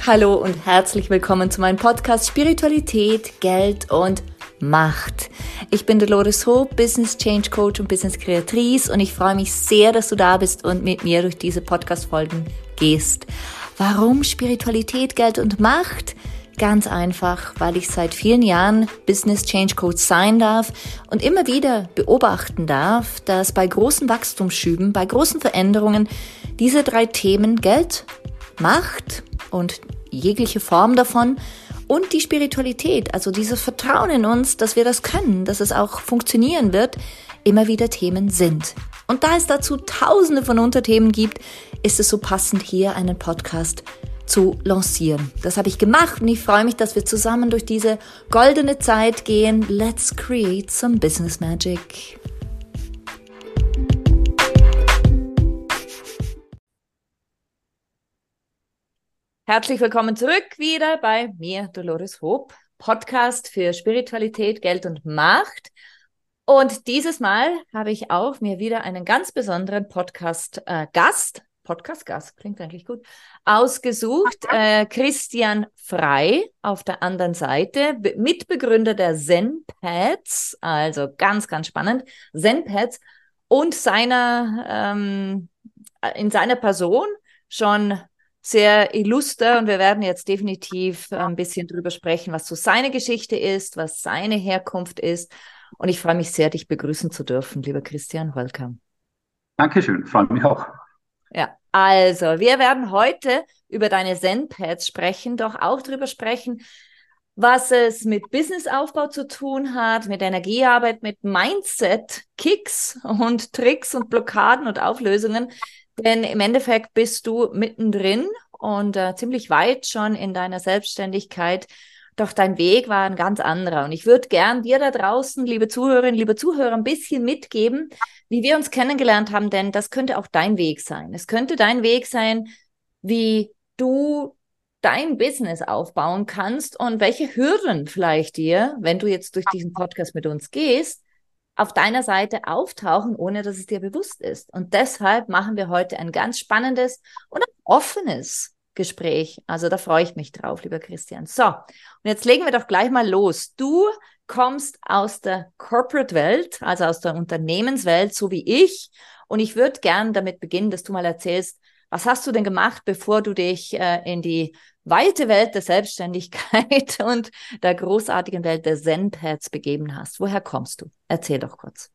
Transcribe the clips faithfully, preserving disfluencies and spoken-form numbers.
Hallo und herzlich willkommen zu meinem Podcast Spiritualität, Geld und Macht. Ich bin Dolores Hope, Business Change Coach und Business Kreatrice und ich freue mich sehr, dass du da bist und mit mir durch diese Podcast-Folgen gehst. Warum Spiritualität, Geld und Macht? Ganz einfach, weil ich seit vielen Jahren Business Change Coach sein darf und immer wieder beobachten darf, dass bei großen Wachstumsschüben, bei großen Veränderungen diese drei Themen Geld, Macht und jegliche Form davon und die Spiritualität, also dieses Vertrauen in uns, dass wir das können, dass es auch funktionieren wird, immer wieder Themen sind. Und da es dazu tausende von Unterthemen gibt, ist es so passend, hier einen Podcast zu lancieren. Das habe ich gemacht und ich freue mich, dass wir zusammen durch diese goldene Zeit gehen. Let's create some business magic. Herzlich willkommen zurück wieder bei mir, Dolores Hope, Podcast für Spiritualität, Geld und Macht. Und dieses Mal habe ich auch mir wieder einen ganz besonderen Podcast-Gast, Podcast-Gast, klingt eigentlich gut, ausgesucht. Äh, Christian Frei auf der anderen Seite, Be- Mitbegründer der Zen-Pads, also ganz, ganz spannend, Zen-Pads und seiner, ähm, in seiner Person schon sehr illuster und wir werden jetzt definitiv ein bisschen drüber sprechen, was so seine Geschichte ist, was seine Herkunft ist. Und ich freue mich sehr, dich begrüßen zu dürfen, lieber Christian. Welcome. Dankeschön, freut mich auch. Ja, also wir werden heute über deine Zen-Pads sprechen, doch auch drüber sprechen, was es mit Businessaufbau zu tun hat, mit Energiearbeit, mit Mindset, Kicks und Tricks und Blockaden und Auflösungen. Denn im Endeffekt bist du mittendrin und äh, ziemlich weit schon in deiner Selbstständigkeit. Doch dein Weg war ein ganz anderer. Und ich würde gern dir da draußen, liebe Zuhörerinnen, liebe Zuhörer, ein bisschen mitgeben, wie wir uns kennengelernt haben, denn das könnte auch dein Weg sein. Es könnte dein Weg sein, wie du dein Business aufbauen kannst und welche Hürden vielleicht dir, wenn du jetzt durch diesen Podcast mit uns gehst, auf deiner Seite auftauchen, ohne dass es dir bewusst ist. Und deshalb machen wir heute ein ganz spannendes und ein offenes Gespräch. Also da freue ich mich drauf, lieber Christian. So, und jetzt legen wir doch gleich mal los. Du kommst aus der Corporate-Welt, also aus der Unternehmenswelt, so wie ich. Und ich würde gern damit beginnen, dass du mal erzählst, was hast du denn gemacht, bevor du dich äh, in die weite Welt der Selbstständigkeit und der großartigen Welt der Zen-Pads begeben hast? Woher kommst du? Erzähl doch kurz.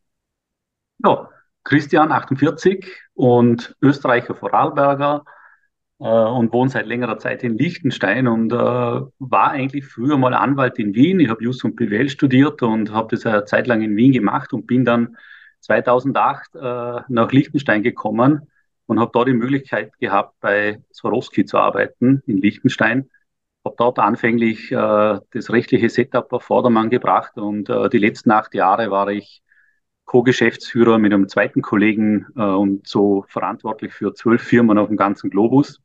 Ja, Christian, achtundvierzig und Österreicher Vorarlberger äh, und wohne seit längerer Zeit in Liechtenstein und äh, war eigentlich früher mal Anwalt in Wien. Ich habe Jus und B W L studiert und habe das eine Zeit lang in Wien gemacht und bin dann zweitausendacht äh, nach Liechtenstein gekommen und habe da die Möglichkeit gehabt, bei Swarovski zu arbeiten in Liechtenstein. Habe dort anfänglich äh, das rechtliche Setup auf Vordermann gebracht und äh, die letzten acht Jahre war ich Co-Geschäftsführer mit einem zweiten Kollegen äh, und so verantwortlich für zwölf Firmen auf dem ganzen Globus.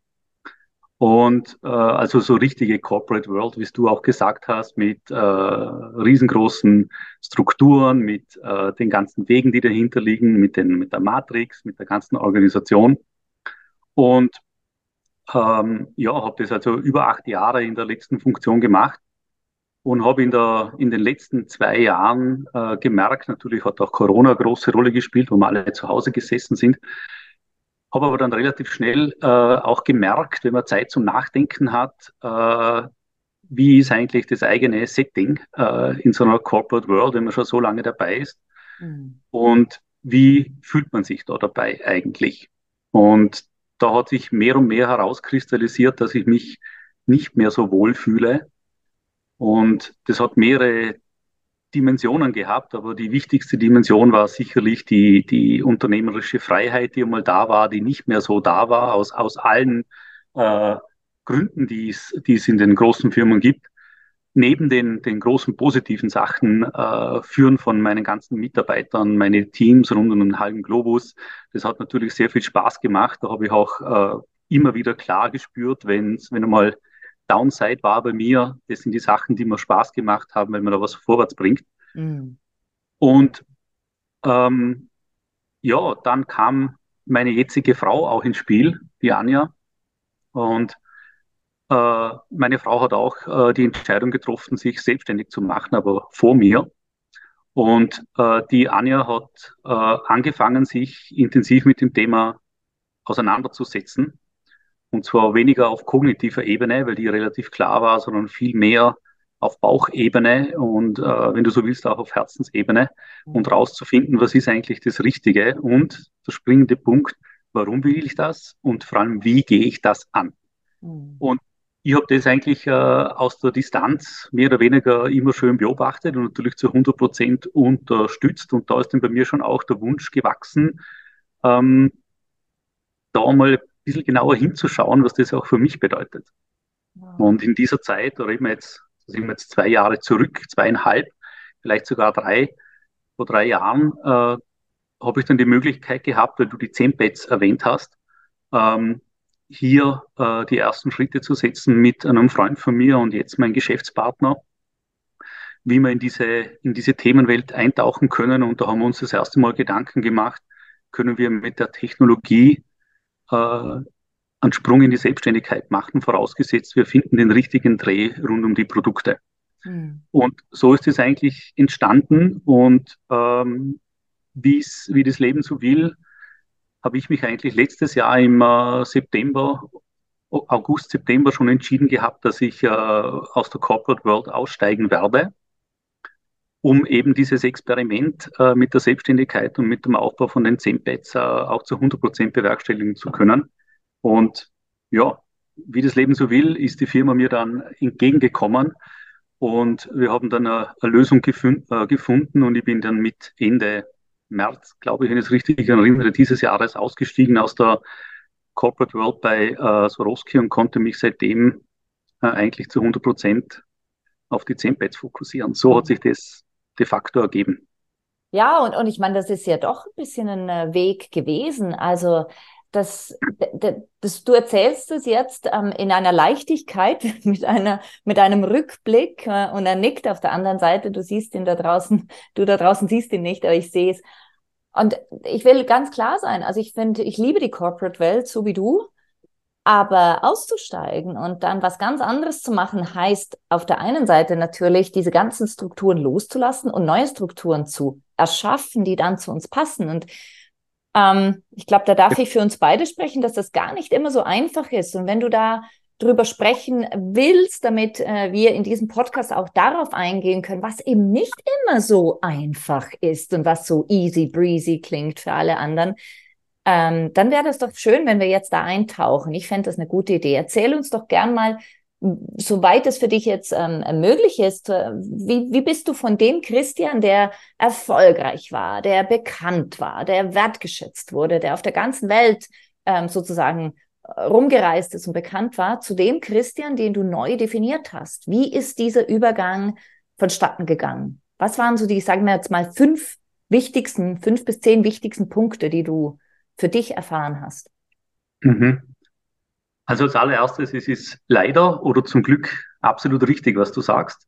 Und äh, also so richtige Corporate World, wie es du auch gesagt hast, mit äh, riesengroßen Strukturen, mit äh, den ganzen Wegen, die dahinter liegen, mit, den, mit der Matrix, mit der ganzen Organisation. Und ähm, ja, habe das also über acht Jahre in der letzten Funktion gemacht und habe in der, in den letzten zwei Jahren äh, gemerkt, natürlich hat auch Corona eine große Rolle gespielt, wo wir alle zu Hause gesessen sind, habe aber dann relativ schnell äh, auch gemerkt, wenn man Zeit zum Nachdenken hat, äh, wie ist eigentlich das eigene Setting äh, in so einer Corporate World, wenn man schon so lange dabei ist Mhm. und wie fühlt man sich da dabei eigentlich? Und da hat sich mehr und mehr herauskristallisiert, dass ich mich nicht mehr so wohl fühle. Und das hat mehrere Dimensionen gehabt, aber die wichtigste Dimension war sicherlich die, die unternehmerische Freiheit, die einmal da war, die nicht mehr so da war, aus, aus allen äh, Gründen, die es, die es in den großen Firmen gibt. Neben den, den großen positiven Sachen, äh, Führen von meinen ganzen Mitarbeitern, meine Teams rund um den halben Globus, das hat natürlich sehr viel Spaß gemacht. Da habe ich auch äh, immer wieder klar gespürt, wenn's, wenn einmal Downside war bei mir, das sind die Sachen, die mir Spaß gemacht haben, weil man da was vorwärts bringt. Mhm. Und ähm, ja, dann kam meine jetzige Frau auch ins Spiel, die Anja. Und Äh, meine Frau hat auch äh, die Entscheidung getroffen, sich selbstständig zu machen, aber vor mir. Und äh, die Anja hat äh, angefangen, sich intensiv mit dem Thema auseinanderzusetzen. Und zwar weniger auf kognitiver Ebene, weil die relativ klar war, sondern viel mehr auf Bauchebene und, äh, wenn du so willst, auch auf Herzensebene und rauszufinden, was ist eigentlich das Richtige und der springende Punkt, warum will ich das und vor allem, wie gehe ich das an? Mhm. Und ich habe das eigentlich äh, aus der Distanz mehr oder weniger immer schön beobachtet und natürlich zu hundert Prozent unterstützt. Und da ist dann bei mir schon auch der Wunsch gewachsen, ähm, da mal ein bisschen genauer hinzuschauen, was das auch für mich bedeutet. Wow. Und in dieser Zeit, da reden wir jetzt, da sind wir jetzt zwei Jahre zurück, zweieinhalb, vielleicht sogar drei, vor drei Jahren, äh, habe ich dann die Möglichkeit gehabt, weil du die zehn Pads erwähnt hast, ähm, hier äh, die ersten Schritte zu setzen mit einem Freund von mir und jetzt mein Geschäftspartner, wie wir in diese, in diese Themenwelt eintauchen können. Und da haben wir uns das erste Mal Gedanken gemacht, können wir mit der Technologie äh, einen Sprung in die Selbstständigkeit machen, vorausgesetzt, wir finden den richtigen Dreh rund um die Produkte. Mhm. Und so ist es eigentlich entstanden und ähm, wie's, wie das Leben so will, habe ich mich eigentlich letztes Jahr im äh, September, August, September schon entschieden gehabt, dass ich äh, aus der Corporate World aussteigen werde, um eben dieses Experiment äh, mit der Selbstständigkeit und mit dem Aufbau von den zehn Pads äh, auch zu hundert Prozent bewerkstelligen zu können. Und ja, wie das Leben so will, ist die Firma mir dann entgegengekommen und wir haben dann eine, eine Lösung gefün- äh, gefunden und ich bin dann mit Ende März, glaube ich, wenn ich es richtig erinnere, dieses Jahres ausgestiegen aus der Corporate World bei äh, Swarovski und konnte mich seitdem äh, eigentlich zu hundert Prozent auf die zehn Pads fokussieren. So hat sich das de facto ergeben. Ja, und, und ich meine, das ist ja doch ein bisschen ein äh, Weg gewesen. Also, das, d- d- das, du erzählst es jetzt ähm, in einer Leichtigkeit, mit einer, mit einem Rückblick äh, und er nickt auf der anderen Seite. Du siehst ihn da draußen, du da draußen siehst ihn nicht, aber ich sehe es. Und ich will ganz klar sein. Also, ich finde, ich liebe die Corporate-Welt, so wie du. Aber auszusteigen und dann was ganz anderes zu machen, heißt auf der einen Seite natürlich, diese ganzen Strukturen loszulassen und neue Strukturen zu erschaffen, die dann zu uns passen. Und ähm, ich glaube, da darf ich für uns beide sprechen, dass das gar nicht immer so einfach ist. Und wenn du da drüber sprechen willst, damit äh, wir in diesem Podcast auch darauf eingehen können, was eben nicht immer so einfach ist und was so easy breezy klingt für alle anderen, ähm, dann wäre das doch schön, wenn wir jetzt da eintauchen. Ich fände das eine gute Idee. Erzähl uns doch gern mal, soweit es für dich jetzt ähm, möglich ist, äh, wie, wie bist du von dem Christian, der erfolgreich war, der bekannt war, der wertgeschätzt wurde, der auf der ganzen Welt ähm, sozusagen äh, rumgereist ist und bekannt war, zu dem Christian, den du neu definiert hast? Wie ist dieser Übergang vonstatten gegangen? Was waren so die, sagen wir jetzt mal, fünf wichtigsten, fünf bis zehn wichtigsten Punkte, die du für dich erfahren hast? Mhm. Also als allererstes, es ist leider oder zum Glück absolut richtig, was du sagst.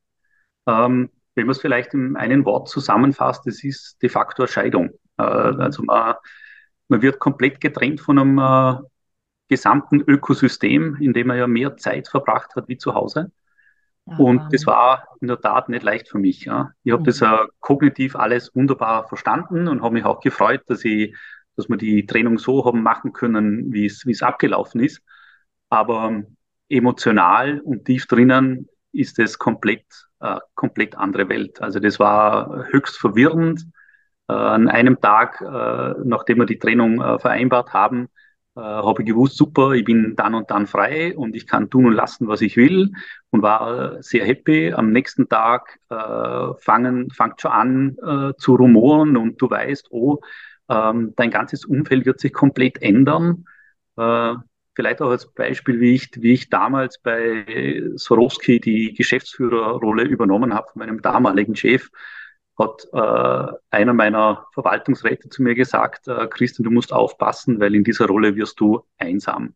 Ähm, wenn man es vielleicht in einem Wort zusammenfasst, es ist de facto eine Scheidung. Äh, Mhm. also man, man wird komplett getrennt von einem äh, gesamten Ökosystem, in dem man ja mehr Zeit verbracht hat wie zu Hause. Ja, Und das wow. war in der Tat nicht leicht für mich. Ja. Ich habe das Mhm. äh, kognitiv alles wunderbar verstanden und habe mich auch gefreut, dass ich, dass wir die Trennung so haben machen können, wie es, wie es abgelaufen ist. Aber ähm, emotional und tief drinnen ist es komplett, äh, komplett andere Welt. Also das war höchst verwirrend. Äh, an einem Tag, äh, nachdem wir die Trennung äh, vereinbart haben, äh, habe ich gewusst, super, ich bin dann und dann frei und ich kann tun und lassen, was ich will und war äh, sehr happy. Am nächsten Tag äh, fangen, fängt schon an äh, zu rumoren und du weißt, oh, ähm, dein ganzes Umfeld wird sich komplett ändern. Äh, Vielleicht auch als Beispiel, wie ich, wie ich damals bei Swarovski die Geschäftsführerrolle übernommen habe von meinem damaligen Chef, hat äh, einer meiner Verwaltungsräte zu mir gesagt, äh, Christian, du musst aufpassen, weil in dieser Rolle wirst du einsam.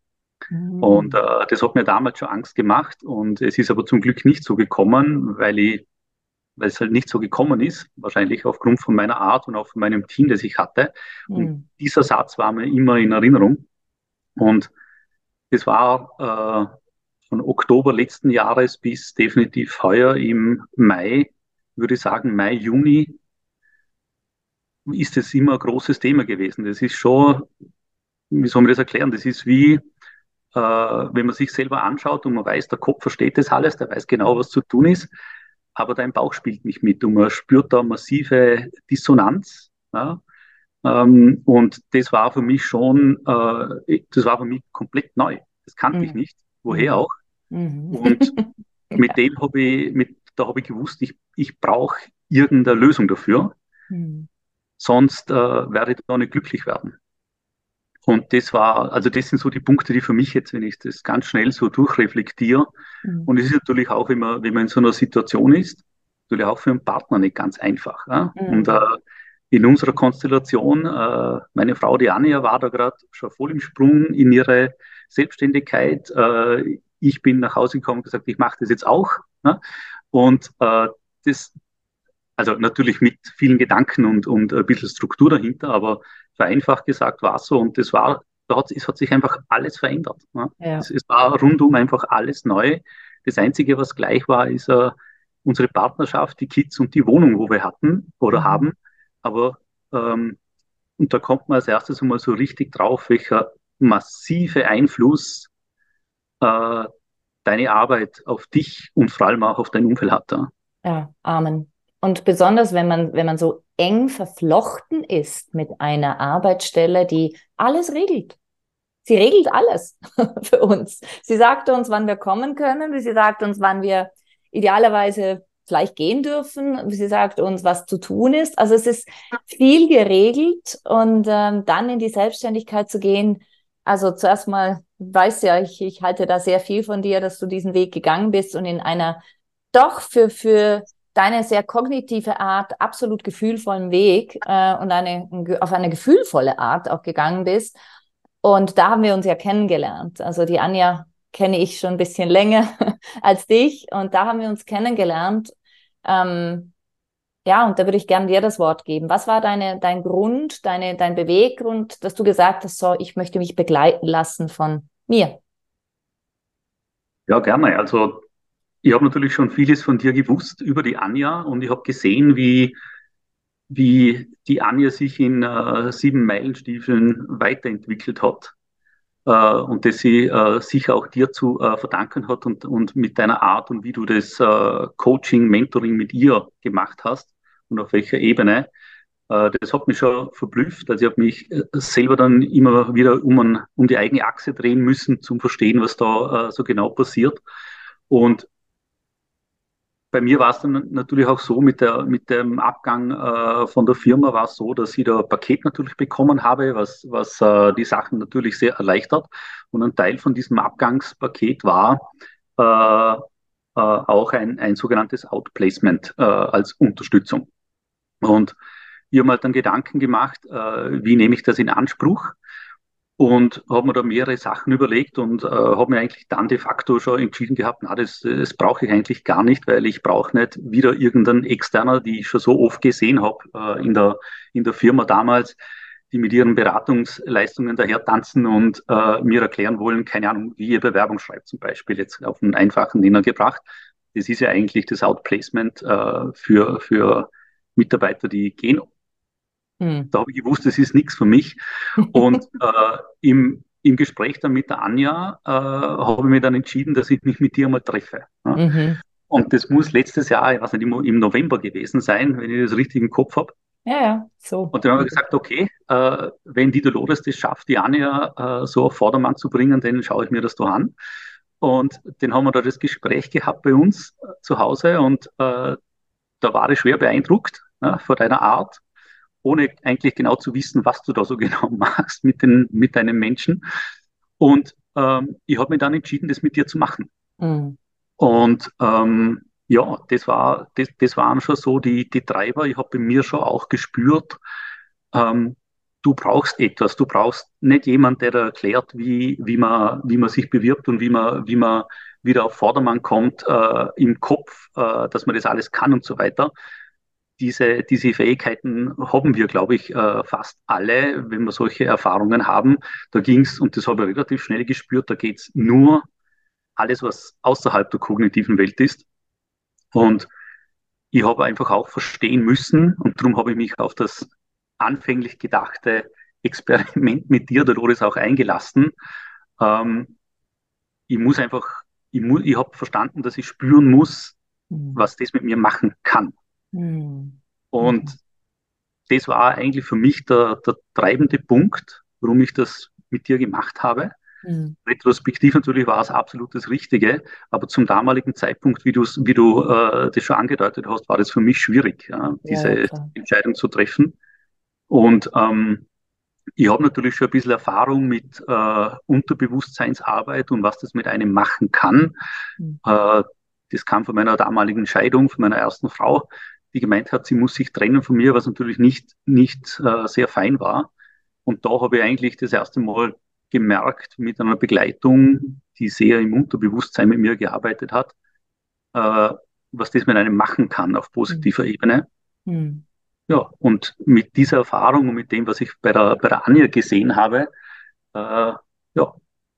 Und Mhm. äh, das hat mir damals schon Angst gemacht und es ist aber zum Glück nicht so gekommen, weil ich, weil es halt nicht so gekommen ist, wahrscheinlich aufgrund von meiner Art und auch von meinem Team, das ich hatte. Und Mhm. dieser Satz war mir immer in Erinnerung und das war äh, von Oktober letzten Jahres bis definitiv heuer im Mai, würde ich sagen, Mai, Juni, ist es immer ein großes Thema gewesen. Das ist schon, wie soll man das erklären? Das ist wie, äh, wenn man sich selber anschaut und man weiß, der Kopf versteht das alles, der weiß genau, was zu tun ist, aber dein Bauch spielt nicht mit und man spürt da massive Dissonanz. Ja? Ähm, und das war für mich schon, äh, das war für mich komplett neu. Das kannte ich Mhm. nicht, woher Mhm. auch. Mhm. Und mit Ja. dem habe ich, mit, da habe ich gewusst, ich, ich brauche irgendeine Lösung dafür, Mhm. sonst äh, werde ich da nicht glücklich werden. Und das war, also das sind so die Punkte, die für mich jetzt, wenn ich das ganz schnell so durchreflektiere, Mhm. und es ist natürlich auch, wenn man, wenn man in so einer Situation ist, natürlich auch für einen Partner nicht ganz einfach. Ja? Und äh, Mhm. in unserer Konstellation, äh, meine Frau, die Anja, war da gerade schon voll im Sprung in ihre Selbstständigkeit. Äh, ich bin nach Hause gekommen und gesagt, ich mache das jetzt auch. Ne? Und äh, das, also natürlich mit vielen Gedanken und, und ein bisschen Struktur dahinter, aber vereinfacht gesagt war es so. Und das war, da hat, es hat sich einfach alles verändert. Ne? Ja. Es, es war rundum einfach alles neu. Das Einzige, was gleich war, ist äh, unsere Partnerschaft, die Kids und die Wohnung, wo wir hatten oder Mhm. haben. Aber ähm, und da kommt man als erstes einmal so richtig drauf, welcher massive Einfluss äh, deine Arbeit auf dich und vor allem auch auf dein Umfeld hat. Ja. Ja, Amen. Und besonders, wenn man, wenn man so eng verflochten ist mit einer Arbeitsstelle, die alles regelt. Sie regelt alles für uns. Sie sagt uns, wann wir kommen können. Sie sagt uns, wann wir idealerweise vielleicht gehen dürfen. Sie sagt uns, was zu tun ist. Also es ist viel geregelt und ähm, dann in die Selbstständigkeit zu gehen. Also zuerst mal, weiß ja, ich, ich halte da sehr viel von dir, dass du diesen Weg gegangen bist und in einer doch für, für deine sehr kognitive Art absolut gefühlvollen Weg äh, und eine, auf eine gefühlvolle Art auch gegangen bist. Und da haben wir uns ja kennengelernt. Also die Anja kenne ich schon ein bisschen länger als dich und da haben wir uns kennengelernt. Ähm, ja, und da würde ich gerne dir das Wort geben. Was war deine, dein Grund, deine, dein Beweggrund, dass du gesagt hast, so, ich möchte mich begleiten lassen von mir? Ja, gerne. Also ich habe natürlich schon vieles von dir gewusst über die Anja und ich habe gesehen, wie, wie die Anja sich in äh, sieben Meilenstiefeln weiterentwickelt hat äh, und dass sie äh, sicher auch dir zu äh, verdanken hat und, und mit deiner Art und wie du das äh, Coaching, Mentoring mit ihr gemacht hast und auf welcher Ebene. Äh, das hat mich schon verblüfft. Also ich habe mich äh, selber dann immer wieder um, ein, um die eigene Achse drehen müssen, zum Verstehen, was da äh, so genau passiert. Und bei mir war es dann natürlich auch so, mit der, mit dem Abgang äh, von der Firma war es so, dass ich da ein Paket natürlich bekommen habe, was, was äh, die Sachen natürlich sehr erleichtert. Und ein Teil von diesem Abgangspaket war äh, äh, auch ein, ein sogenanntes Outplacement äh, als Unterstützung. Und ich habe mir dann Gedanken gemacht, äh, wie nehme ich das in Anspruch? Und habe mir da mehrere Sachen überlegt und äh, habe mir eigentlich dann de facto schon entschieden gehabt, na, das, das brauche ich eigentlich gar nicht, weil ich brauche nicht wieder irgendeinen Externer, die ich schon so oft gesehen habe äh, in der, in der Firma damals, die mit ihren Beratungsleistungen daher tanzen und äh, mir erklären wollen, keine Ahnung, wie ihr Bewerbung schreibt, zum Beispiel jetzt auf einen einfachen Nenner gebracht. Das ist ja eigentlich das Outplacement äh, für, für Mitarbeiter, die gehen. Hm. Da habe ich gewusst, das ist nichts für mich. Und äh, im, im Gespräch dann mit der Anja äh, habe ich mir dann entschieden, dass ich mich mit dir mal treffe. Ja? Mhm. Und das muss letztes Jahr, ich weiß nicht, im, im November gewesen sein, wenn ich das richtig im Kopf habe. Ja, ja, so. Und dann haben wir gesagt, okay, äh, wenn die Dolores das schafft, die Anja äh, so auf Vordermann zu bringen, dann schaue ich mir das doch an. Und dann haben wir da das Gespräch gehabt bei uns äh, zu Hause und äh, da war ich schwer beeindruckt ja, vor deiner Art, ohne eigentlich genau zu wissen, was du da so genau machst mit, den, mit deinen Menschen. Und ähm, ich habe mich dann entschieden, das mit dir zu machen. Hm. Und ähm, ja, das war, das, das waren schon so die, die Treiber. Ich habe bei mir schon auch gespürt, ähm, du brauchst etwas. Du brauchst nicht jemand, der dir erklärt, wie, wie man, wie man sich bewirbt und wie man, wie man wieder auf Vordermann kommt äh, im Kopf, äh, dass man das alles kann und so weiter. Diese, diese Fähigkeiten haben wir, glaube ich, äh, fast alle, wenn wir solche Erfahrungen haben. Da ging es, und das habe ich relativ schnell gespürt, da geht es nur alles, was außerhalb der kognitiven Welt ist. Und ich habe einfach auch verstehen müssen, und darum habe ich mich auf das anfänglich gedachte Experiment mit dir, Dolores, auch eingelassen. Ähm, ich muss einfach, ich, mu ich habe verstanden, dass ich spüren muss, Mhm. was das mit mir machen kann. Mhm. Und das war eigentlich für mich der, der treibende Punkt, warum ich das mit dir gemacht habe. Mhm. Retrospektiv natürlich war es absolut das Richtige, aber zum damaligen Zeitpunkt, wie, du's, wie du äh, das schon angedeutet hast, war das für mich schwierig, ja, Ja, ja, diese klar. Entscheidung zu treffen. Und ähm, ich habe natürlich schon ein bisschen Erfahrung mit äh, Unterbewusstseinsarbeit und was das mit einem machen kann. Mhm. Äh, Das kam von meiner damaligen Scheidung, von meiner ersten Frau, die gemeint hat, sie muss sich trennen von mir, was natürlich nicht, nicht äh, sehr fein war. Und da habe ich eigentlich das erste Mal gemerkt, mit einer Begleitung, die sehr im Unterbewusstsein mit mir gearbeitet hat, äh, was das mit einem machen kann auf Mhm. positiver Ebene. Mhm. Ja, und mit dieser Erfahrung und mit dem, was ich bei der, bei der Anja gesehen habe, äh, ja,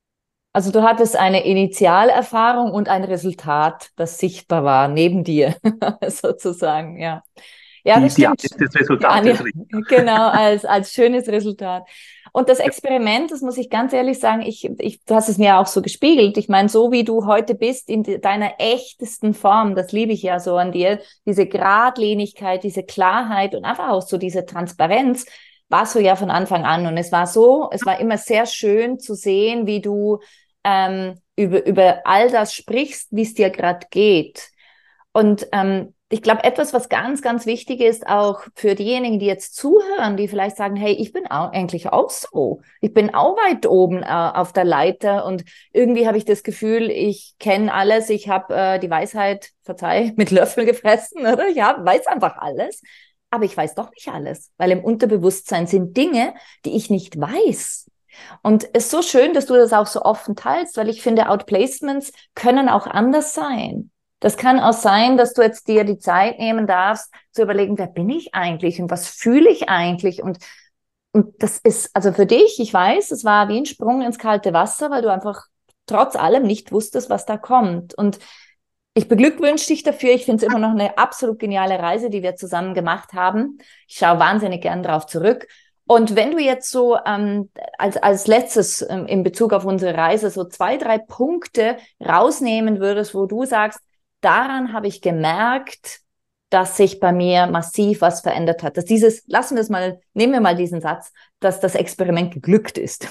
Also du hattest eine Initialerfahrung und ein Resultat, das sichtbar war neben dir, sozusagen, ja. Ja, die, das die Anja stimmt. ist das Die Resultat Anja, des Richters. genau, als, als schönes Resultat. Und das Experiment, das muss ich ganz ehrlich sagen, ich, ich, du hast es mir auch so gespiegelt. Ich meine, so wie du heute bist, in de, deiner echtesten Form, das liebe ich ja so an dir, diese Geradlinigkeit, diese Klarheit und einfach auch so diese Transparenz, warst du ja von Anfang an. Und es war so, es war immer sehr schön zu sehen, wie du ähm, über, über all das sprichst, wie es dir gerade geht. Und ähm, ich glaube, etwas, was ganz, ganz wichtig ist, auch für diejenigen, die jetzt zuhören, die vielleicht sagen, hey, ich bin auch, eigentlich auch so. Ich bin auch weit oben äh, auf der Leiter und irgendwie habe ich das Gefühl, ich kenne alles, ich habe äh, die Weisheit, verzeih, mit Löffel gefressen, oder? Ich hab, weiß einfach alles. Aber ich weiß doch nicht alles, weil im Unterbewusstsein sind Dinge, die ich nicht weiß. Und es ist so schön, dass du das auch so offen teilst, weil ich finde, Outplacements können auch anders sein. Das kann auch sein, dass du jetzt dir die Zeit nehmen darfst, zu überlegen, wer bin ich eigentlich und was fühle ich eigentlich? Und, und das ist, also für dich, ich weiß, es war wie ein Sprung ins kalte Wasser, weil du einfach trotz allem nicht wusstest, was da kommt. Und ich beglückwünsche dich dafür. Ich finde es immer noch eine absolut geniale Reise, die wir zusammen gemacht haben. Ich schaue wahnsinnig gern drauf zurück. Und wenn du jetzt so ähm, als, als letztes ähm, in Bezug auf unsere Reise so zwei, drei Punkte rausnehmen würdest, wo du sagst, daran habe ich gemerkt, dass sich bei mir massiv was verändert hat. Dass dieses, lassen wir es mal, nehmen wir mal diesen Satz, dass das Experiment geglückt ist.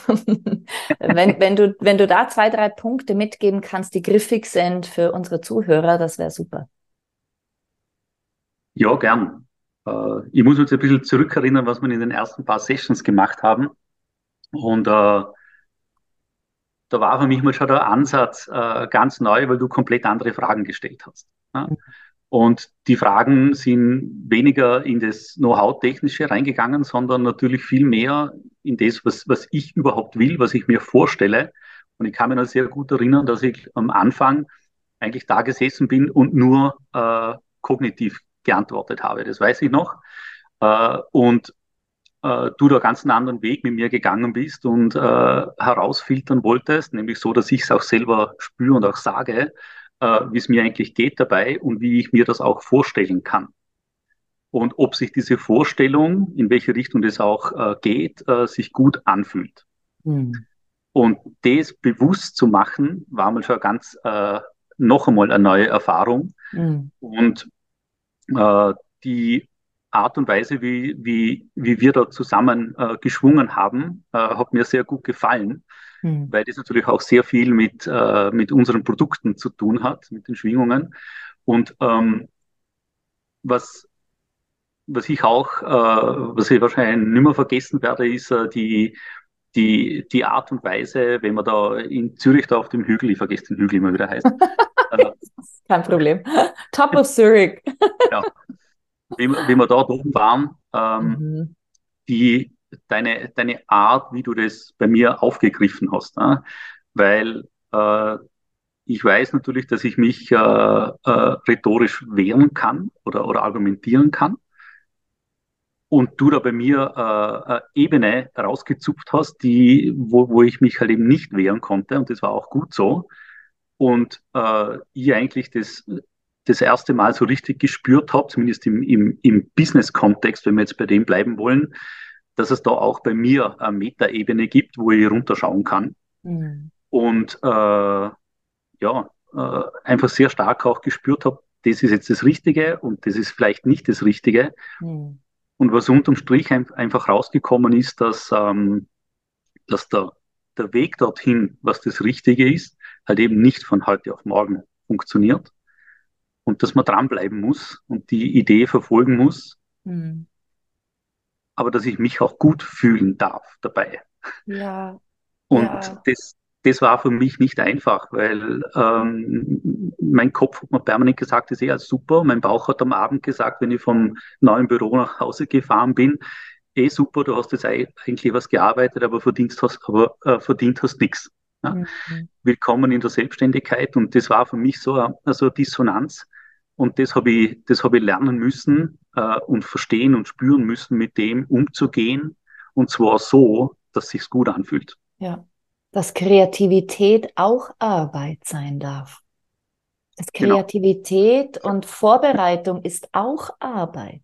Wenn, wenn du, wenn du da zwei, drei Punkte mitgeben kannst, die griffig sind für unsere Zuhörer, das wäre super. Ja, gern. Äh, ich muss uns ein bisschen zurückerinnern, was wir in den ersten paar Sessions gemacht haben. Und äh, da war für mich mal schon der Ansatz äh, ganz neu, weil du komplett andere Fragen gestellt hast. Ja? Und die Fragen sind weniger in das Know-how-Technische reingegangen, sondern natürlich viel mehr in das, was, was ich überhaupt will, was ich mir vorstelle. Und ich kann mich noch sehr gut erinnern, dass ich am Anfang eigentlich da gesessen bin und nur äh, kognitiv geantwortet habe. Das weiß ich noch. Äh, und äh, du da ganz einen anderen Weg mit mir gegangen bist und äh, herausfiltern wolltest, nämlich so, dass ich es auch selber spüre und auch sage, äh, wie es mir eigentlich geht dabei und wie ich mir das auch vorstellen kann. Und ob sich diese Vorstellung, in welche Richtung das auch äh, geht, äh, sich gut anfühlt. Hm. Und das bewusst zu machen, war mal schon ganz äh, noch einmal eine neue Erfahrung. Hm. Und äh, die Art und Weise, wie, wie, wie wir da zusammen äh, geschwungen haben, äh, hat mir sehr gut gefallen, Hm. weil das natürlich auch sehr viel mit, äh, mit unseren Produkten zu tun hat, mit den Schwingungen. Und ähm, was, was ich auch, äh, was ich wahrscheinlich nicht mehr vergessen werde, ist äh, die, die, die Art und Weise, wenn man da in Zürich da auf dem Hügel, ich vergesse den Hügel immer wieder heißt, äh, Kein Problem. Top of Zurich. ja, wie, wir- wie wir da oben waren, ähm, Mhm. die, deine, deine Art, wie du das bei mir aufgegriffen hast. Ne? Weil äh, ich weiß natürlich, dass ich mich äh, äh, rhetorisch wehren kann oder, oder argumentieren kann. Und du da bei mir äh, eine Ebene rausgezupft hast, die, wo, wo ich mich halt eben nicht wehren konnte. Und das war auch gut so. und äh, ich eigentlich das, das erste Mal so richtig gespürt habe, zumindest im, im, im Business-Kontext, wenn wir jetzt bei dem bleiben wollen, dass es da auch bei mir eine Metaebene gibt, wo ich runterschauen kann. Mhm. Und äh, ja, äh, einfach sehr stark auch gespürt habe, das ist jetzt das Richtige und das ist vielleicht nicht das Richtige. Mhm. Und was unterm Strich ein, einfach rausgekommen ist, dass, ähm, dass der, der Weg dorthin, was das Richtige ist, halt eben nicht von heute auf morgen funktioniert und dass man dranbleiben muss und die Idee verfolgen muss, Mhm. aber dass ich mich auch gut fühlen darf dabei. Ja, Und ja. das, das war für mich nicht einfach, weil ähm, mein Kopf hat mir permanent gesagt, das ist eh alles super. Mein Bauch hat am Abend gesagt, wenn ich vom neuen Büro nach Hause gefahren bin, eh super, du hast jetzt eigentlich was gearbeitet, aber verdient hast, aber äh, verdient hast nichts. Ja? Mhm. Willkommen in der Selbstständigkeit und das war für mich so eine, also eine Dissonanz und das habe ich, das habe ich lernen müssen äh, und verstehen und spüren müssen, mit dem umzugehen und zwar so, dass sich's gut anfühlt. Ja. Dass Kreativität auch Arbeit sein darf. Dass Genau, Kreativität und Vorbereitung ist auch Arbeit.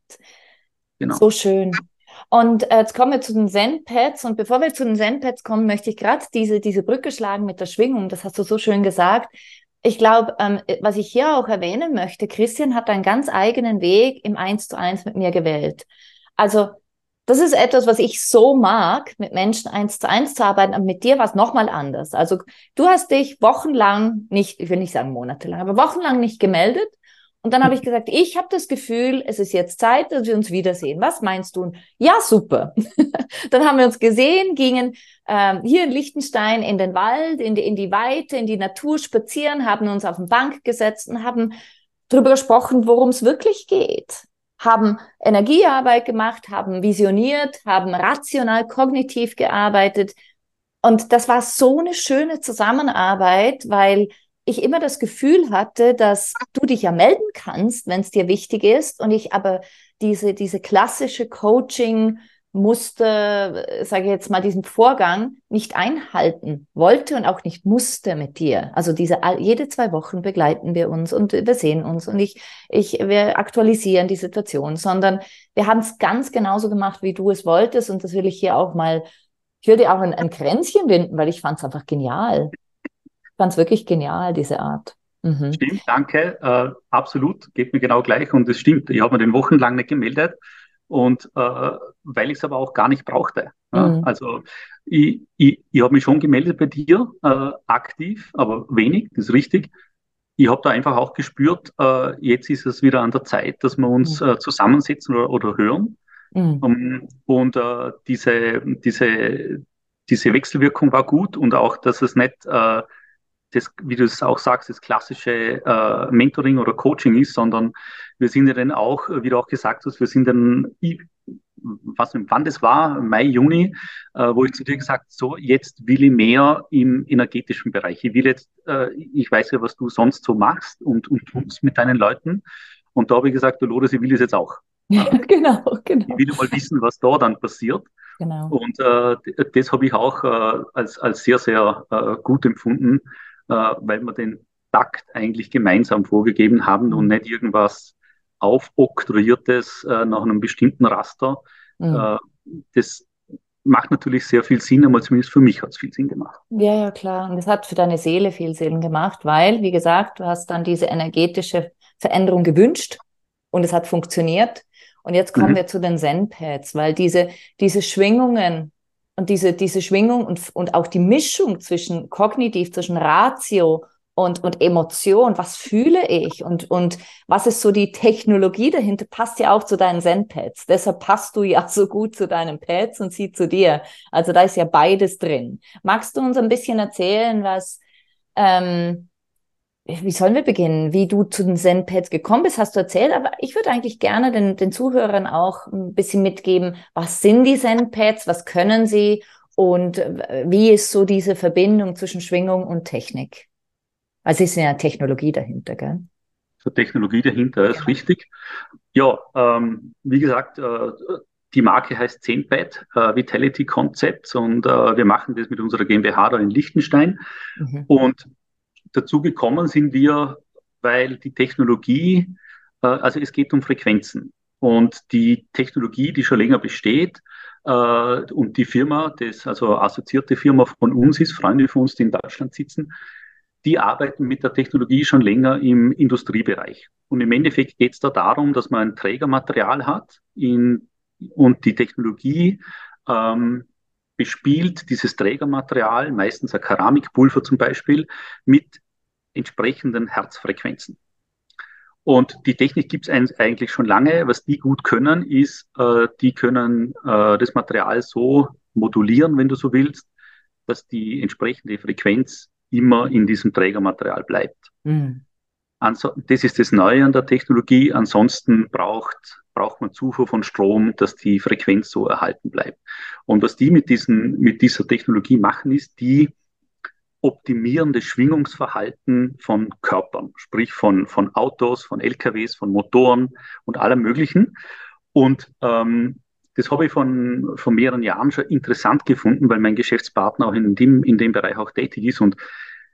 genau. So schön. Und äh, jetzt kommen wir zu den Zen-Pads. Und bevor wir zu den Zen-Pads kommen, möchte ich gerade diese, diese Brücke schlagen mit der Schwingung. Das hast du so schön gesagt. Ich glaube, ähm, was ich hier auch erwähnen möchte, Christian hat einen ganz eigenen Weg im Eins zu eins mit mir gewählt. Also das ist etwas, was ich so mag, mit Menschen eins zu eins zu arbeiten, aber mit dir war es nochmal anders. Also du hast dich wochenlang nicht, ich will nicht sagen monatelang, aber wochenlang nicht gemeldet. Und dann habe ich gesagt, ich habe das Gefühl, es ist jetzt Zeit, dass wir uns wiedersehen. Was meinst du? Ja, super. Dann haben wir uns gesehen, gingen ähm, hier in Liechtenstein in den Wald, in die, in die Weite, in die Natur spazieren, haben uns auf eine Bank gesetzt und haben darüber gesprochen, worum es wirklich geht. Haben Energiearbeit gemacht, haben visioniert, haben rational, kognitiv gearbeitet. Und das war so eine schöne Zusammenarbeit, weil ich immer das Gefühl hatte, dass du dich ja melden kannst, wenn es dir wichtig ist, und ich aber diese, diese klassische Coaching musste, sage ich jetzt mal, diesen Vorgang nicht einhalten wollte und auch nicht musste mit dir. Also diese jede zwei Wochen begleiten wir uns und wir sehen uns und ich, ich, wir aktualisieren die Situation, sondern wir haben es ganz genauso gemacht, wie du es wolltest, und das will ich hier auch mal, ich würde auch ein, ein Kränzchen winden, weil ich fand es einfach genial. Ich fand es wirklich genial, diese Art. Mhm. Stimmt, danke. Äh, absolut, geht mir genau gleich. Und es stimmt, ich habe mir den wochenlang nicht gemeldet. Und äh, weil ich es aber auch gar nicht brauchte. Ja? Mhm. Also ich, ich, ich habe mich schon gemeldet bei dir, äh, aktiv, aber wenig, das ist richtig. Ich habe da einfach auch gespürt, äh, jetzt ist es wieder an der Zeit, dass wir uns Mhm. äh, zusammensetzen oder, oder hören. Mhm. Um, und äh, diese, diese, diese Wechselwirkung war gut und auch, dass es nicht äh, das, wie du es auch sagst, das klassische äh, Mentoring oder Coaching ist, sondern wir sind ja dann auch, wie du auch gesagt hast, wir sind dann, ich, was, wann das war, Mai, Juni, äh, wo ich zu dir gesagt, so, jetzt will ich mehr im energetischen Bereich. Ich will jetzt, äh, ich weiß ja, was du sonst so machst und, und tust mit deinen Leuten. Und da habe ich gesagt, du Lodes, ich will das jetzt auch. Ja, Ja. genau, Ich genau, will mal wissen, was da dann passiert. genau. Und äh, das habe ich auch äh, als, als sehr, sehr äh, gut empfunden, äh, weil wir den Takt eigentlich gemeinsam vorgegeben haben und Mhm. nicht irgendwas aufoktroyiertes äh, nach einem bestimmten Raster. Mhm. Äh, das macht natürlich sehr viel Sinn, aber zumindest für mich hat es viel Sinn gemacht. Ja, ja, klar. Und das hat für deine Seele viel Sinn gemacht, weil, wie gesagt, du hast dann diese energetische Veränderung gewünscht und es hat funktioniert. Und jetzt kommen Mhm. wir zu den Zen-Pads, weil diese, diese Schwingungen und diese, diese Schwingung und, und auch die Mischung zwischen kognitiv, zwischen Ratio und, und Emotion, was fühle ich und, und was ist so die Technologie dahinter, passt ja auch zu deinen Zen-Pads. Deshalb passt du ja so gut zu deinen Pads und sie zu dir. Also da ist ja beides drin. Magst du uns ein bisschen erzählen, was, ähm, wie sollen wir beginnen? Wie du zu den Zen-Pads gekommen bist, hast du erzählt, aber ich würde eigentlich gerne den, den Zuhörern auch ein bisschen mitgeben, was sind die Zen-Pads, was können sie und äh, wie ist so diese Verbindung zwischen Schwingung und Technik? Also es ist ja Technologie dahinter, gell? So Technologie dahinter ist Genau. richtig. Ja, ähm, wie gesagt, äh, die Marke heißt Zenpad, äh, Vitality Concepts und äh, wir machen das mit unserer GmbH da in Liechtenstein. Mhm. Und dazu gekommen sind wir, weil die Technologie, äh, also es geht um Frequenzen. Und die Technologie, die schon länger besteht, äh, und die Firma, das also assoziierte Firma von uns ist, Freunde von uns, die in Deutschland sitzen, die arbeiten mit der Technologie schon länger im Industriebereich. Und im Endeffekt geht es da darum, dass man ein Trägermaterial hat in, und die Technologie ähm, bespielt dieses Trägermaterial, meistens ein Keramikpulver zum Beispiel, mit entsprechenden Herzfrequenzen. Und die Technik gibt es eigentlich schon lange. Was die gut können, ist, äh, die können äh, das Material so modulieren, wenn du so willst, dass die entsprechende Frequenz immer in diesem Trägermaterial bleibt. Mhm. Also, das ist das Neue an der Technologie. Ansonsten braucht, braucht man Zufuhr von Strom, dass die Frequenz so erhalten bleibt. Und was die mit, diesen, mit dieser Technologie machen, ist, die optimieren das Schwingungsverhalten von Körpern, sprich von, von Autos, von L K Ws, von Motoren und allem Möglichen. Und ähm, das habe ich von, von mehreren Jahren schon interessant gefunden, weil mein Geschäftspartner auch in dem, in dem Bereich auch tätig ist. Und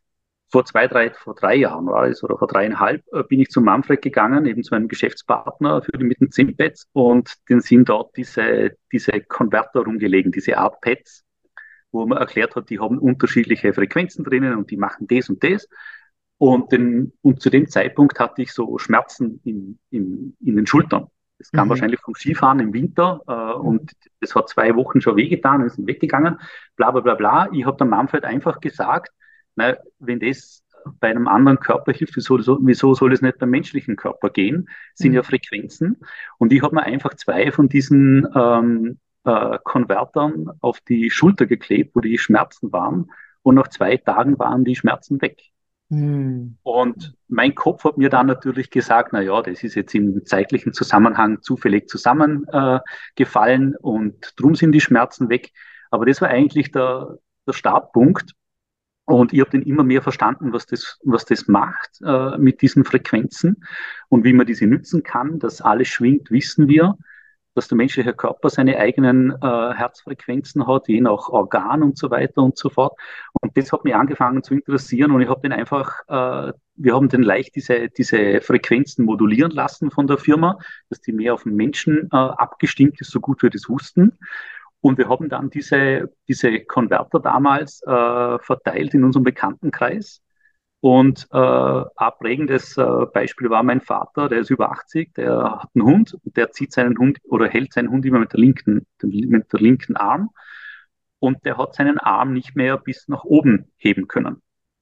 vor zwei, drei, vor drei Jahren war es oder vor dreieinhalb äh, bin ich zu Manfred gegangen, eben zu einem Geschäftspartner für die mit den Zimpads, und den sind dort diese, diese Konverter rumgelegen, diese Art Pads, wo man erklärt hat, die haben unterschiedliche Frequenzen drinnen und die machen das und das. Und, den, und zu dem Zeitpunkt hatte ich so Schmerzen in, in, in den Schultern. Das kam Mhm. wahrscheinlich vom Skifahren im Winter äh, und das hat zwei Wochen schon wehgetan und ist weggegangen, bla bla bla bla. Ich habe dann Manfred einfach gesagt, na, wenn das bei einem anderen Körper hilft, wieso, wieso soll es nicht beim menschlichen Körper gehen? Das sind Mhm. ja Frequenzen. Und ich habe mir einfach zwei von diesen ähm, äh, Konvertern auf die Schulter geklebt, wo die Schmerzen waren. Und nach zwei Tagen waren die Schmerzen weg. Mhm. Und mein Kopf hat mir dann natürlich gesagt, na ja, das ist jetzt im zeitlichen Zusammenhang zufällig zusammengefallen äh, und drum sind die Schmerzen weg. Aber das war eigentlich der, der Startpunkt. Und ich habe dann immer mehr verstanden, was das, was das macht äh, mit diesen Frequenzen und wie man diese nützen kann. Dass alles schwingt, wissen wir. Dass der menschliche Körper seine eigenen äh, Herzfrequenzen hat, je nach Organ und so weiter und so fort. Und das hat mich angefangen zu interessieren und ich habe den einfach, äh, wir haben den leicht diese, diese Frequenzen modulieren lassen von der Firma, dass die mehr auf den Menschen äh, abgestimmt ist, so gut wir das wussten. Und wir haben dann diese, diese Konverter damals äh, verteilt in unserem Bekanntenkreis. Und äh, ein prägendes äh, Beispiel war mein Vater, der ist über achtzig, der hat einen Hund und der zieht seinen Hund oder hält seinen Hund immer mit der linken, mit der linken Arm und der hat seinen Arm nicht mehr bis nach oben heben können.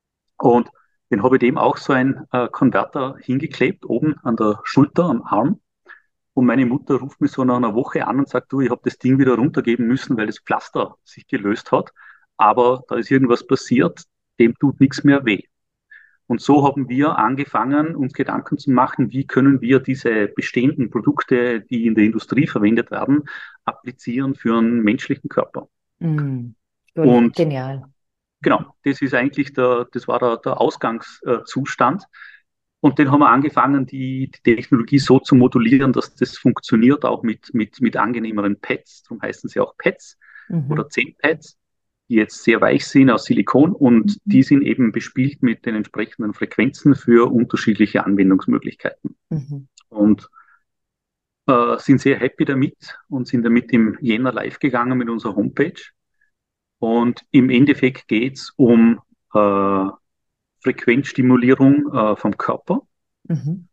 Und den habe ich dem auch so ein äh, Konverter hingeklebt, oben an der Schulter, am Arm. Und meine Mutter ruft mich so nach einer Woche an und sagt, du, ich habe das Ding wieder runtergeben müssen, weil das Pflaster sich gelöst hat. Aber da ist irgendwas passiert, dem tut nichts mehr weh. Und so haben wir angefangen, uns Gedanken zu machen, wie können wir diese bestehenden Produkte, die in der Industrie verwendet werden, applizieren für einen menschlichen Körper. Mhm. Und Genial. genau, das ist eigentlich der, das war der, der Ausgangszustand. Und den haben wir angefangen, die, die Technologie so zu modulieren, dass das funktioniert, auch mit, mit, mit angenehmeren Pads. Darum heißen sie auch Pads Mhm. oder Zehn-Pads, die jetzt sehr weich sind aus Silikon und die sind eben bespielt mit den entsprechenden Frequenzen für unterschiedliche Anwendungsmöglichkeiten. Mhm. Und äh, sind sehr happy damit und sind damit im Jänner live gegangen mit unserer Homepage. Und im Endeffekt geht es um äh, Frequenzstimulierung äh, vom Körper Mhm.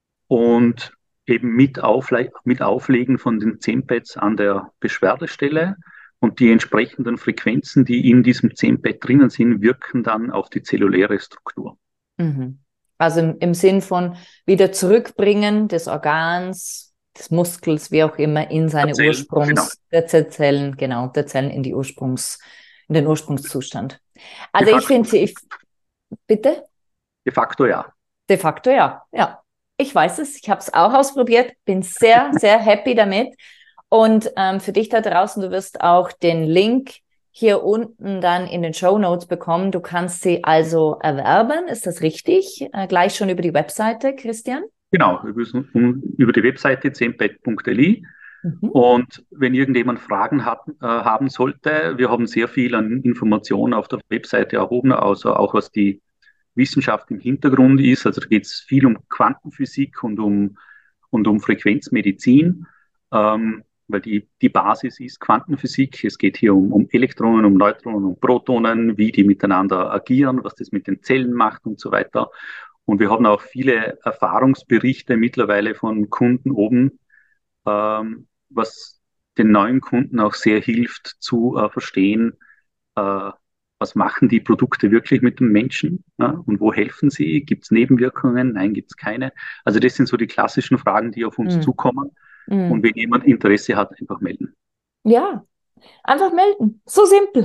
und eben mit, Aufle mit Auflegen von den Zehn-Pads an der Beschwerdestelle. Und die entsprechenden Frequenzen, die in diesem Zehn-Pad drinnen sind, wirken dann auf die zelluläre Struktur. Mhm. Also im, im Sinn von wieder zurückbringen des Organs, des Muskels, wie auch immer, in seine Erzählen, genau. Ursprungs, der Zellen, genau, der Zellen in die Ursprungs, in den Ursprungszustand. De Also ich facto, finde, ich, bitte? de facto ja. De facto ja, ja. Ich weiß es, ich habe es auch ausprobiert, bin sehr, sehr happy damit. Und ähm, für dich da draußen, du wirst auch den Link hier unten dann in den Shownotes bekommen. Du kannst sie also erwerben, ist das richtig? Äh, gleich schon über die Webseite, Christian? Genau, wir müssen über die Webseite zehnpad punkt l i. Mhm. Und wenn irgendjemand Fragen hat, äh, haben sollte, wir haben sehr viel an Informationen auf der Webseite erhoben, also auch was die Wissenschaft im Hintergrund ist. Also da geht es viel um Quantenphysik und um, und um Frequenzmedizin, ähm, weil die, die Basis ist Quantenphysik. Es geht hier um, um Elektronen, um Neutronen, um Protonen, wie die miteinander agieren, was das mit den Zellen macht und so weiter. Und wir haben auch viele Erfahrungsberichte mittlerweile von Kunden oben, ähm, was den neuen Kunden auch sehr hilft zu äh, verstehen, äh, was machen die Produkte wirklich mit dem Menschen, ja, und wo helfen sie? Gibt es Nebenwirkungen? Nein, gibt es keine. Also das sind so die klassischen Fragen, die auf uns Mm. zukommen. Und Mm. wenn jemand Interesse hat, einfach melden. Ja, einfach melden. So simpel.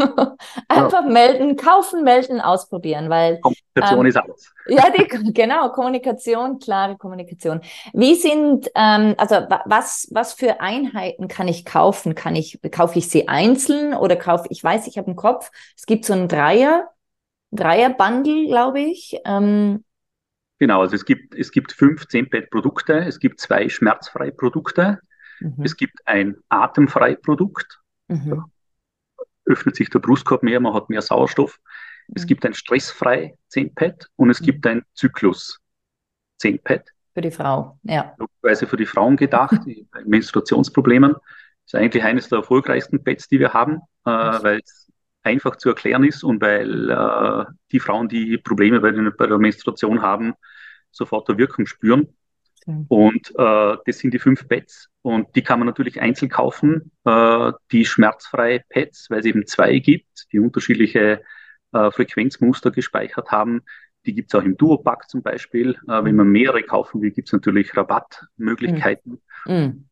Ja, Einfach melden, kaufen, melden, ausprobieren, weil Kommunikation ähm, ist alles. ja, die, genau, Kommunikation, klare Kommunikation. Wie sind, ähm, also wa- was, was für Einheiten kann ich kaufen? Kann ich, kaufe ich sie einzeln oder kaufe, ich weiß, ich habe einen Kopf, es gibt so einen Dreier, Dreier-Bundle, glaube ich. Ähm, Genau, also es gibt, es gibt fünf zehn-Pad-Produkte, es gibt zwei schmerzfreie Produkte, es mhm, gibt ein atemfrei Produkt, da mhm, öffnet sich der Brustkorb mehr, man hat mehr Sauerstoff. Es mhm, gibt ein stressfrei zehn-Pad und es mhm. gibt ein Zyklus zehn-Pad, Für die Frau, ja. logischerweise für die Frauen gedacht, die bei Menstruationsproblemen. Das ist eigentlich eines der erfolgreichsten Pads, die wir haben, äh, weil es einfach zu erklären ist und weil äh, die Frauen, die Probleme bei, den, bei der Menstruation haben, sofort eine Wirkung spüren. Schön. Und äh, das sind die fünf Pads. Und die kann man natürlich einzeln kaufen, äh, die schmerzfreie Pads, weil es eben zwei gibt, die unterschiedliche äh, Frequenzmuster gespeichert haben. Die gibt es auch im Duopack zum Beispiel. Äh, wenn man Mhm. mehrere kaufen will, gibt es natürlich Mhm. Rabattmöglichkeiten. Mhm.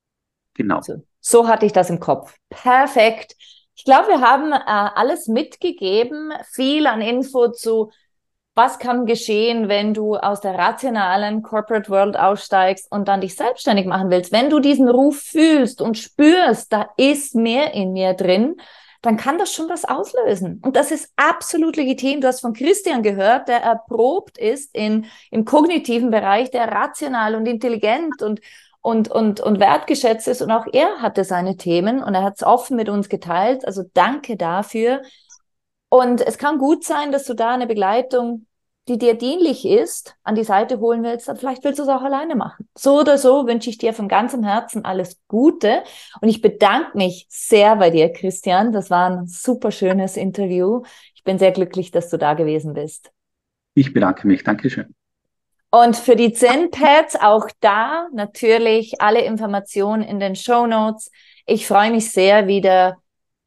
Genau. So, so hatte ich das im Kopf. Perfekt. Ich glaube, wir haben äh, alles mitgegeben, viel an Info zu, was kann geschehen, wenn du aus der rationalen Corporate World aussteigst und dann dich selbstständig machen willst. Wenn du diesen Ruf fühlst und spürst, da ist mehr in mir drin, dann kann das schon was auslösen. Und das ist absolut legitim. Du hast von Christian gehört, der erprobt ist in, im kognitiven Bereich, der rational und intelligent und und, und, und wertgeschätzt ist. Und auch er hatte seine Themen und er hat es offen mit uns geteilt. Also danke dafür. Und es kann gut sein, dass du da eine Begleitung, die dir dienlich ist, an die Seite holen willst. Aber vielleicht willst du es auch alleine machen. So oder so wünsche ich dir von ganzem Herzen alles Gute. Und ich bedanke mich sehr bei dir, Christian. Das war ein super schönes Interview. Ich bin sehr glücklich, dass du da gewesen bist. Ich bedanke mich. Dankeschön. Und für die Zen-Pads auch da natürlich alle Informationen in den Shownotes. Ich freue mich sehr, wieder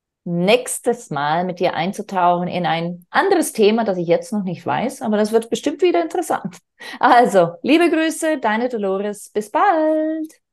nächstes Mal mit dir einzutauchen in ein anderes Thema, das ich jetzt noch nicht weiß, aber das wird bestimmt wieder interessant. Also, liebe Grüße, deine Dolores. Bis bald.